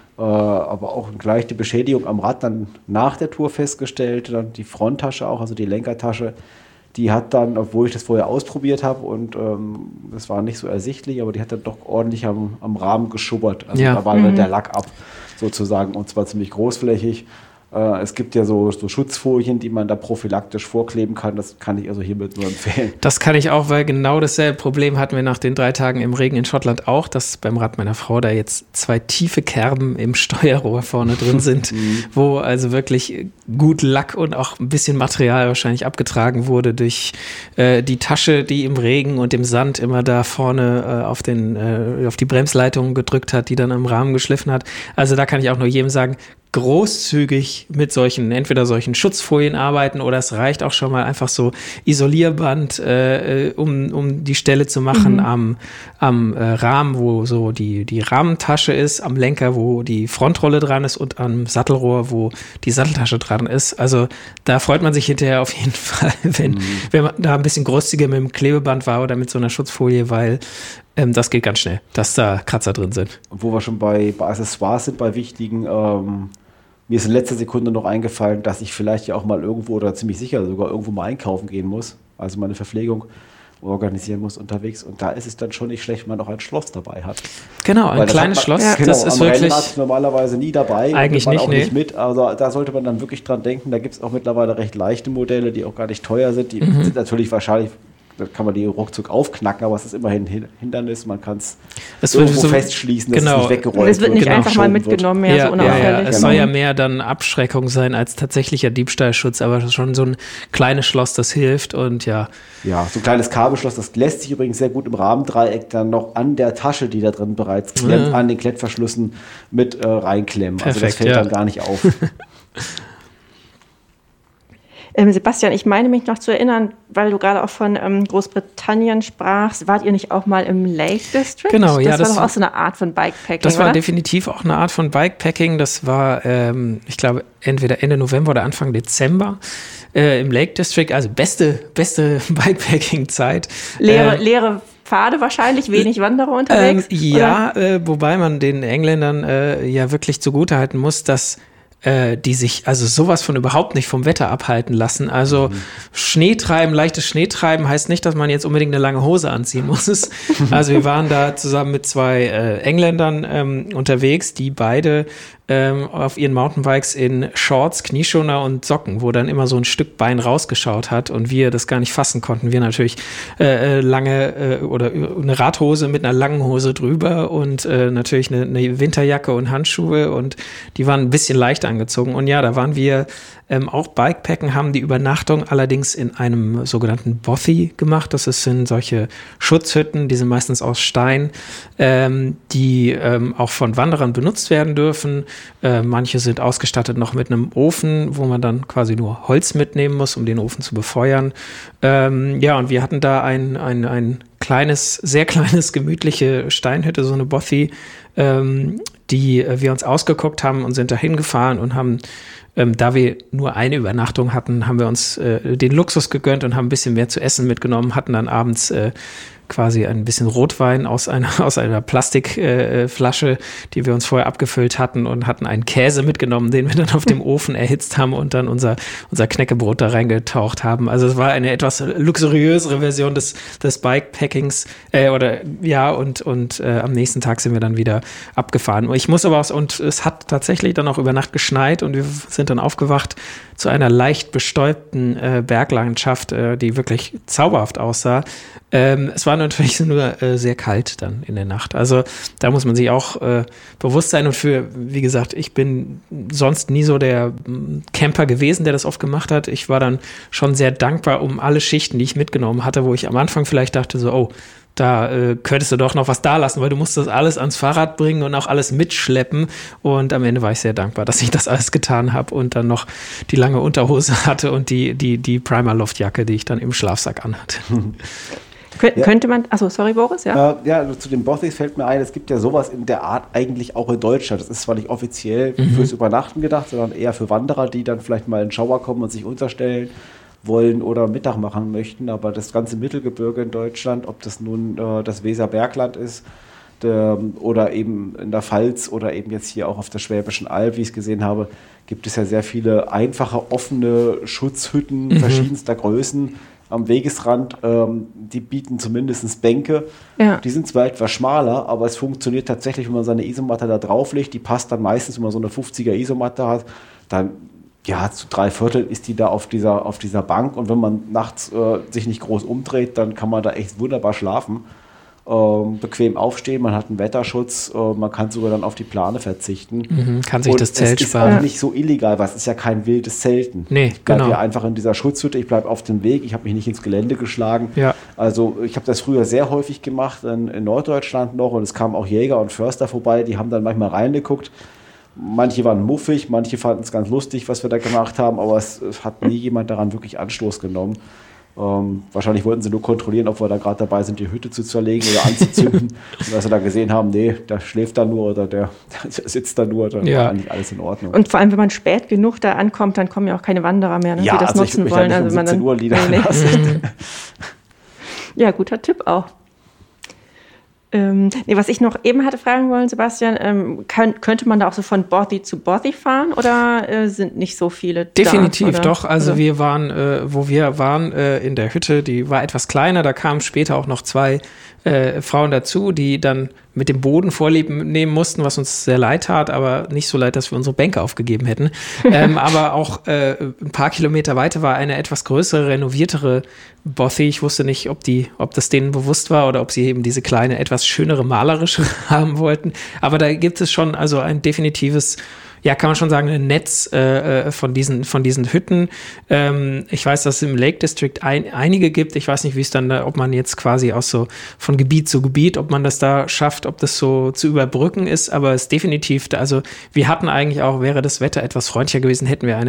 Aber auch gleich die Beschädigung am Rad dann nach der Tour festgestellt, dann die Fronttasche auch, also die Lenkertasche, die hat dann, obwohl ich das vorher ausprobiert habe und ähm, das war nicht so ersichtlich, aber die hat dann doch ordentlich am, am Rahmen geschubbert. Also ja. da war mhm. der Lack ab sozusagen und zwar ziemlich großflächig. Äh, es gibt ja so, so Schutzfolien, die man da prophylaktisch vorkleben kann. Das kann ich also hiermit nur empfehlen. Das kann ich auch, weil genau dasselbe Problem hatten wir nach den drei Tagen im Regen in Schottland auch, dass beim Rad meiner Frau da jetzt zwei tiefe Kerben im Steuerrohr vorne drin sind, wo also wirklich gut Lack und auch ein bisschen Material wahrscheinlich abgetragen wurde durch äh, die Tasche, die im Regen und im Sand immer da vorne äh, auf, den, äh, auf die Bremsleitung gedrückt hat, die dann am Rahmen geschliffen hat. Also da kann ich auch nur jedem sagen, großzügig mit solchen, entweder solchen Schutzfolien arbeiten oder es reicht auch schon mal einfach so Isolierband, äh, um, um die Stelle zu machen mhm. am, am äh, Rahmen, wo so die, die Rahmentasche ist, am Lenker, wo die Frontrolle dran ist und am Sattelrohr, wo die Satteltasche dran ist. Also da freut man sich hinterher auf jeden Fall, wenn, mhm. wenn man da ein bisschen großzügiger mit dem Klebeband war oder mit so einer Schutzfolie, weil ähm, das geht ganz schnell, dass da Kratzer drin sind. Und wo wir schon bei, bei Accessoires sind, bei wichtigen, ähm mir ist in letzter Sekunde noch eingefallen, dass ich vielleicht ja auch mal irgendwo oder ziemlich sicher sogar irgendwo mal einkaufen gehen muss, also meine Verpflegung organisieren muss unterwegs. Und da ist es dann schon nicht schlecht, wenn man auch ein Schloss dabei hat. Genau, ein kleines man, Schloss, ja, genau, das ist wirklich... Rennrad normalerweise nie dabei. Eigentlich man nicht, auch nee. nicht mit. Also da sollte man dann wirklich dran denken. Da gibt es auch mittlerweile recht leichte Modelle, die auch gar nicht teuer sind. Die mhm. sind natürlich wahrscheinlich... Da kann man die ruckzuck aufknacken, aber es ist immerhin ein Hindernis. Man kann es irgendwo so festschließen, dass genau. es nicht weggerollt wird. Es wird nicht genau. einfach mal mitgenommen, mehr ja, so unauffällig. Ja, ja. Es genau. soll ja mehr dann Abschreckung sein als tatsächlicher Diebstahlschutz, aber schon so ein kleines Schloss, das hilft und ja. Ja, so ein kleines Kabelschloss, das lässt sich übrigens sehr gut im Rahmendreieck dann noch an der Tasche, die da drin bereits klemmt, ja. an den Klettverschlüssen mit äh, reinklemmen. Perfekt, also das fällt ja. dann gar nicht auf. Ähm, Sebastian, ich meine mich noch zu erinnern, weil du gerade auch von ähm, Großbritannien sprachst, wart ihr nicht auch mal im Lake District? Genau, ja. Das war das doch auch so eine Art von Bikepacking, Das war oder? definitiv auch eine Art von Bikepacking. Das war, ähm, ich glaube, entweder Ende November oder Anfang Dezember äh, im Lake District. Also beste, beste Bikepacking-Zeit. Leere, äh, leere Pfade wahrscheinlich, wenig Wanderer unterwegs? Ähm, ja, äh, wobei man den Engländern äh, ja wirklich zugutehalten muss, dass äh, die sich also sowas von überhaupt nicht vom Wetter abhalten lassen. Also mhm. Schneetreiben, leichtes Schneetreiben heißt nicht, dass man jetzt unbedingt eine lange Hose anziehen muss. Also wir waren da zusammen mit zwei äh, Engländern ähm, unterwegs, die beide ähm, auf ihren Mountainbikes in Shorts, Knieschoner und Socken, wo dann immer so ein Stück Bein rausgeschaut hat und wir das gar nicht fassen konnten. Wir natürlich äh, lange äh, oder eine Radhose mit einer langen Hose drüber und äh, natürlich eine, eine Winterjacke und Handschuhe und die waren ein bisschen leicht angezogen. Und ja, da waren wir ähm, auch Bikepacken, haben die Übernachtung allerdings in einem sogenannten Bothy gemacht. Das sind solche Schutzhütten, die sind meistens aus Stein, ähm, die ähm, auch von Wanderern benutzt werden dürfen. Äh, manche sind ausgestattet noch mit einem Ofen, wo man dann quasi nur Holz mitnehmen muss, um den Ofen zu befeuern. Ähm, ja, und wir hatten da ein, ein, ein kleines, sehr kleines, gemütliche Steinhütte, so eine Bothy, ähm, die äh, wir uns ausgeguckt haben und sind da hingefahren und haben, ähm, da wir nur eine Übernachtung hatten, haben wir uns äh, den Luxus gegönnt und haben ein bisschen mehr zu essen mitgenommen, hatten dann abends äh, quasi ein bisschen Rotwein aus einer, aus einer Plastikflasche, äh, die wir uns vorher abgefüllt hatten und hatten einen Käse mitgenommen, den wir dann auf dem Ofen erhitzt haben und dann unser, unser Knäckebrot da reingetaucht haben. Also es war eine etwas luxuriösere Version des, des Bikepackings äh, oder ja und, und äh, am nächsten Tag sind wir dann wieder abgefahren. Ich muss aber auch, und es hat tatsächlich dann auch über Nacht geschneit und wir sind dann aufgewacht zu einer leicht bestäubten äh, Berglandschaft, äh, die wirklich zauberhaft aussah. Ähm, es war natürlich nur äh, sehr kalt dann in der Nacht. Also da muss man sich auch äh, bewusst sein. Und für, wie gesagt, ich bin sonst nie so der m, Camper gewesen, der das oft gemacht hat. Ich war dann schon sehr dankbar um alle Schichten, die ich mitgenommen hatte, wo ich am Anfang vielleicht dachte so, oh, da äh, könntest du doch noch was da lassen, weil du musst das alles ans Fahrrad bringen und auch alles mitschleppen. Und am Ende war ich sehr dankbar, dass ich das alles getan habe und dann noch die lange Unterhose hatte und die, die, die Primer-Loftjacke, die ich dann im Schlafsack anhatte. Kön- Ja. Könnte man, achso, sorry Boris, ja? Äh, ja, also zu den Bothys fällt mir ein, es gibt ja sowas in der Art eigentlich auch in Deutschland. Das ist zwar nicht offiziell Mhm. fürs Übernachten gedacht, sondern eher für Wanderer, die dann vielleicht mal in den Schauer kommen und sich unterstellen wollen oder Mittag machen möchten. Aber das ganze Mittelgebirge in Deutschland, ob das nun äh, das Weserbergland ist der, oder eben in der Pfalz oder eben jetzt hier auch auf der Schwäbischen Alb, wie ich es gesehen habe, gibt es ja sehr viele einfache, offene Schutzhütten Mhm. verschiedenster Größen am Wegesrand. Ähm, die bieten zumindest Bänke. Ja. Die sind zwar etwas schmaler, aber es funktioniert tatsächlich, wenn man seine Isomatte da drauflegt. Die passt dann meistens, wenn man so eine fünfziger Isomatte hat, dann ja, zu drei Viertel ist die da auf dieser, auf dieser Bank. Und wenn man nachts äh, sich nicht groß umdreht, dann kann man da echt wunderbar schlafen. Ähm, bequem aufstehen, man hat einen Wetterschutz, äh, man kann sogar dann auf die Plane verzichten. Mhm, kann sich und das Zelt es ist sparen. auch nicht so illegal, weil es ist ja kein wildes Zelten. Nee, ich bleibe genau. hier einfach in dieser Schutzhütte, ich bleibe auf dem Weg, ich habe mich nicht ins Gelände geschlagen. Ja. Also ich habe das früher sehr häufig gemacht, in, in Norddeutschland noch, und es kamen auch Jäger und Förster vorbei, die haben dann manchmal reingeguckt. Manche waren muffig, manche fanden es ganz lustig, was wir da gemacht haben, aber es, es hat nie jemand daran wirklich Anstoß genommen. Ähm, wahrscheinlich wollten sie nur kontrollieren, ob wir da gerade dabei sind, die Hütte zu zerlegen oder anzuzünden. Und als sie dann gesehen haben, nee, der schläft da nur oder der, der sitzt da nur, dann Ja. war eigentlich alles in Ordnung. Und vor allem, wenn man spät genug da ankommt, dann kommen ja auch keine Wanderer mehr, ne, ja, die das also ich nutzen würde mich wollen. ja nicht Also um man siebzehn dann, Uhr Lieder nee, nee. lassen. Ja, guter Tipp auch. Ähm, nee, was ich noch eben hatte fragen wollen, Sebastian, ähm, kann, könnte man da auch so von Bothy zu Bothy fahren oder äh, sind nicht so viele da? Definitiv, oder? doch. Also wir waren, äh, wo wir waren äh, in der Hütte, die war etwas kleiner, da kamen später auch noch zwei äh, Frauen dazu, die dann mit dem Boden Vorlieb nehmen mussten, was uns sehr leid tat, aber nicht so leid, dass wir unsere Bänke aufgegeben hätten. ähm, aber auch äh, ein paar Kilometer weiter war eine etwas größere, renoviertere Bothy. Ich wusste nicht, ob die, ob das denen bewusst war oder ob sie eben diese kleine, etwas schönere, malerische haben wollten. Aber da gibt es schon also ein definitives, ja, kann man schon sagen, ein Netz äh, von, diesen, von diesen Hütten. Ähm, ich weiß, dass es im Lake District ein, einige gibt. Ich weiß nicht, wie es dann da, ob man jetzt quasi auch so von Gebiet zu Gebiet, ob man das da schafft, ob das so zu überbrücken ist. Aber es ist definitiv, also wir hatten eigentlich auch, wäre das Wetter etwas freundlicher gewesen, hätten wir eine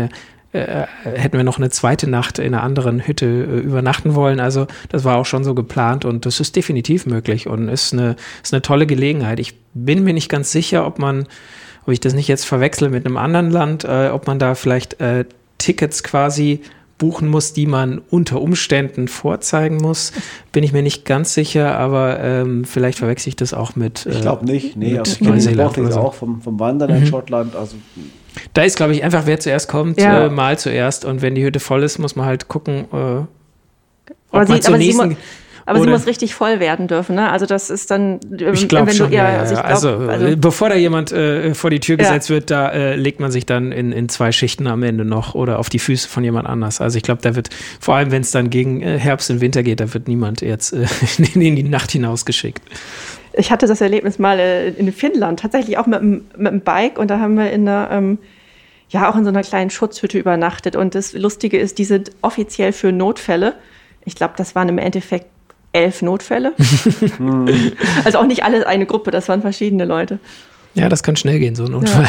äh, hätten wir noch eine zweite Nacht in einer anderen Hütte äh, übernachten wollen. Also das war auch schon so geplant und das ist definitiv möglich und ist eine, ist eine tolle Gelegenheit. Ich bin mir nicht ganz sicher, ob man, ob ich das nicht jetzt verwechsle mit einem anderen Land, äh, ob man da vielleicht äh, Tickets quasi buchen muss, die man unter Umständen vorzeigen muss. Bin ich mir nicht ganz sicher, aber ähm, vielleicht verwechsel ich das auch mit Ich glaube nicht. Nee, mit aber ich Neuseeland brauche das so. auch vom, vom Wandern in Mhm. Schottland. Also Da ist, glaube ich, einfach, wer zuerst kommt, Ja. äh, mal zuerst. Und wenn die Hütte voll ist, muss man halt gucken, äh, ob Aber sie- man zur aber sie nächsten... mu- Aber sie oder- muss richtig voll werden dürfen, ne? Also das ist dann, ähm, Ich glaube wenn schon, du, ja, ja, ja, also, ich ja. glaub, also, also äh, bevor da jemand äh, vor die Tür Ja. gesetzt wird, da äh, legt man sich dann in, in zwei Schichten am Ende noch oder auf die Füße von jemand anders. Also ich glaube, da wird, vor allem wenn es dann gegen äh, Herbst und Winter geht, da wird niemand jetzt äh, in, in die Nacht hinausgeschickt. ich hatte das Erlebnis mal äh, in Finnland, tatsächlich auch mit, dem- mit dem Bike und da haben wir in einer, ähm, ja auch in so einer kleinen Schutzhütte übernachtet und das Lustige ist, die sind offiziell für Notfälle. Ich glaube, das waren im Endeffekt elf Notfälle. Also auch nicht alle eine Gruppe, das waren verschiedene Leute. Ja, das kann schnell gehen, so ein Unfall.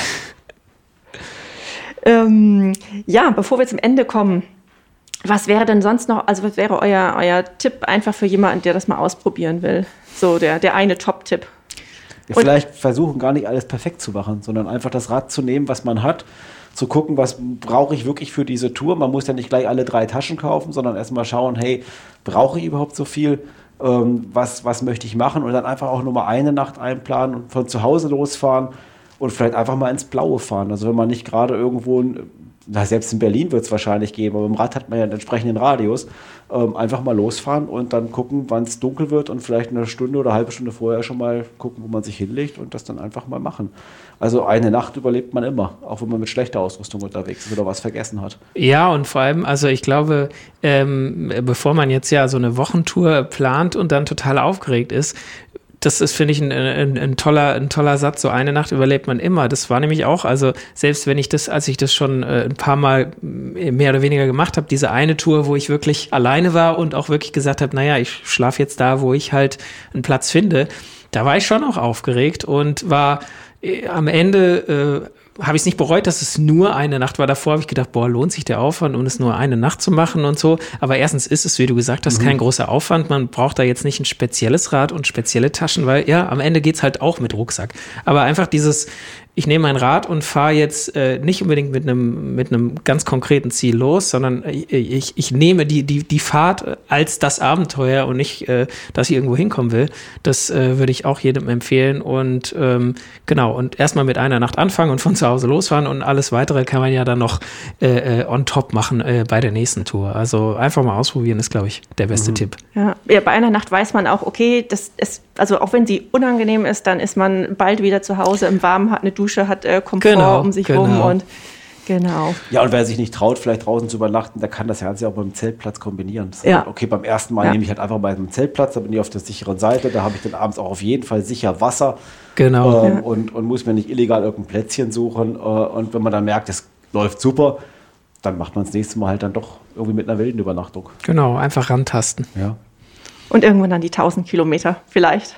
Ähm, ja, bevor wir zum Ende kommen, was wäre denn sonst noch, also was wäre euer, euer Tipp einfach für jemanden, der das mal ausprobieren will? So der, der eine Top-Tipp. ja, Und- vielleicht versuchen gar nicht alles perfekt zu machen, sondern einfach das Rad zu nehmen, was man hat, zu gucken, was brauche ich wirklich für diese Tour. Man muss ja nicht gleich alle drei Taschen kaufen, sondern erstmal schauen, hey, brauche ich überhaupt so viel? Ähm, was, was möchte ich machen? Und dann einfach auch nur mal eine Nacht einplanen und von zu Hause losfahren und vielleicht einfach mal ins Blaue fahren. Also wenn man nicht gerade irgendwo, na, selbst in Berlin wird es wahrscheinlich geben, aber im Rad hat man ja einen entsprechenden Radius, ähm, einfach mal losfahren und dann gucken, wann es dunkel wird und vielleicht eine Stunde oder eine halbe Stunde vorher schon mal gucken, wo man sich hinlegt und das dann einfach mal machen. Also eine Nacht überlebt man immer, auch wenn man mit schlechter Ausrüstung unterwegs ist oder was vergessen hat. Ja, und vor allem, also ich glaube, ähm, bevor man jetzt ja so eine Wochentour plant und dann total aufgeregt ist, das ist, finde ich, ein, ein, ein, toller, ein toller Satz. So eine Nacht überlebt man immer. Das war nämlich auch, also selbst wenn ich das, als ich das schon äh, ein paar Mal mehr oder weniger gemacht habe, diese eine Tour, wo ich wirklich alleine war und auch wirklich gesagt habe, naja, ich schlafe jetzt da, wo ich halt einen Platz finde, da war ich schon auch aufgeregt und war äh, am Ende, äh, habe ich es nicht bereut, dass es nur eine Nacht war. Davor habe ich gedacht, boah, lohnt sich der Aufwand, um es nur eine Nacht zu machen und so. Aber erstens ist es, wie du gesagt hast, mhm. kein großer Aufwand. Man braucht da jetzt nicht ein spezielles Rad und spezielle Taschen, weil ja, am Ende geht's halt auch mit Rucksack. Aber einfach dieses, ich nehme mein Rad und fahre jetzt äh, nicht unbedingt mit einem mit einem ganz konkreten Ziel los, sondern ich, ich, ich nehme die, die, die Fahrt als das Abenteuer und nicht, äh, dass ich irgendwo hinkommen will. Das äh, würde ich auch jedem empfehlen. Und ähm, genau, und erstmal mit einer Nacht anfangen und von zu Hause losfahren und alles weitere kann man ja dann noch äh, on top machen äh, bei der nächsten Tour. Also einfach mal ausprobieren ist, glaube ich, der beste mhm. Tipp. Ja, ja, bei einer Nacht weiß man auch, okay, das ist, also auch wenn sie unangenehm ist, dann ist man bald wieder zu Hause im Warmen, hat eine Dusche, hat äh, Komfort genau, um sich genau. rum und genau. Ja, und wer sich nicht traut, vielleicht draußen zu übernachten, der kann das Ganze auch beim Zeltplatz kombinieren. Das Ja. heißt, okay, beim ersten Mal Ja. nehme ich halt einfach mal einen Zeltplatz, da bin ich auf der sicheren Seite, da habe ich dann abends auch auf jeden Fall sicher Wasser Genau. ähm, Ja. und, und muss mir nicht illegal irgendein Plätzchen suchen. Äh, und wenn man dann merkt, es läuft super, dann macht man das nächste Mal halt dann doch irgendwie mit einer wilden Übernachtung. Genau, einfach rantasten. Ja. Und irgendwann dann die tausend Kilometer vielleicht.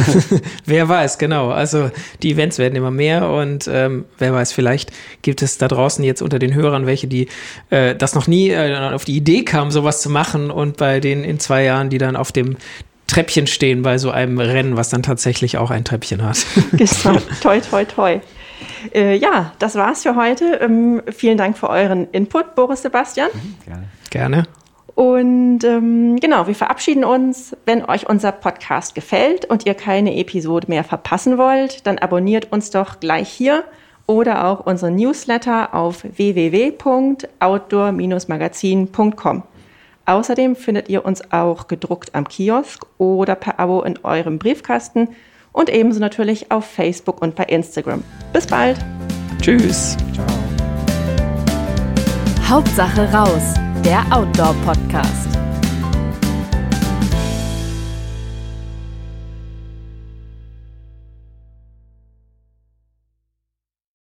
Wer weiß, genau. Also die Events werden immer mehr und ähm, wer weiß, vielleicht gibt es da draußen jetzt unter den Hörern welche, die äh, das noch nie äh, auf die Idee kamen, sowas zu machen und bei denen in zwei Jahren, die dann auf dem Treppchen stehen bei so einem Rennen, was dann tatsächlich auch ein Treppchen hat. Genau. Toi, toi, toi. Äh, ja, das war's für heute. Ähm, vielen Dank für euren Input, Boris, Sebastian. Gerne. Gerne. Und ähm, genau, wir verabschieden uns. Wenn euch unser Podcast gefällt und ihr keine Episode mehr verpassen wollt, dann abonniert uns doch gleich hier oder auch unseren Newsletter auf w w w punkt outdoor Bindestrich magazin punkt com. Außerdem findet ihr uns auch gedruckt am Kiosk oder per Abo in eurem Briefkasten und ebenso natürlich auf Facebook und bei Instagram. Bis bald! Tschüss! Ciao. Hauptsache raus, der Outdoor-Podcast.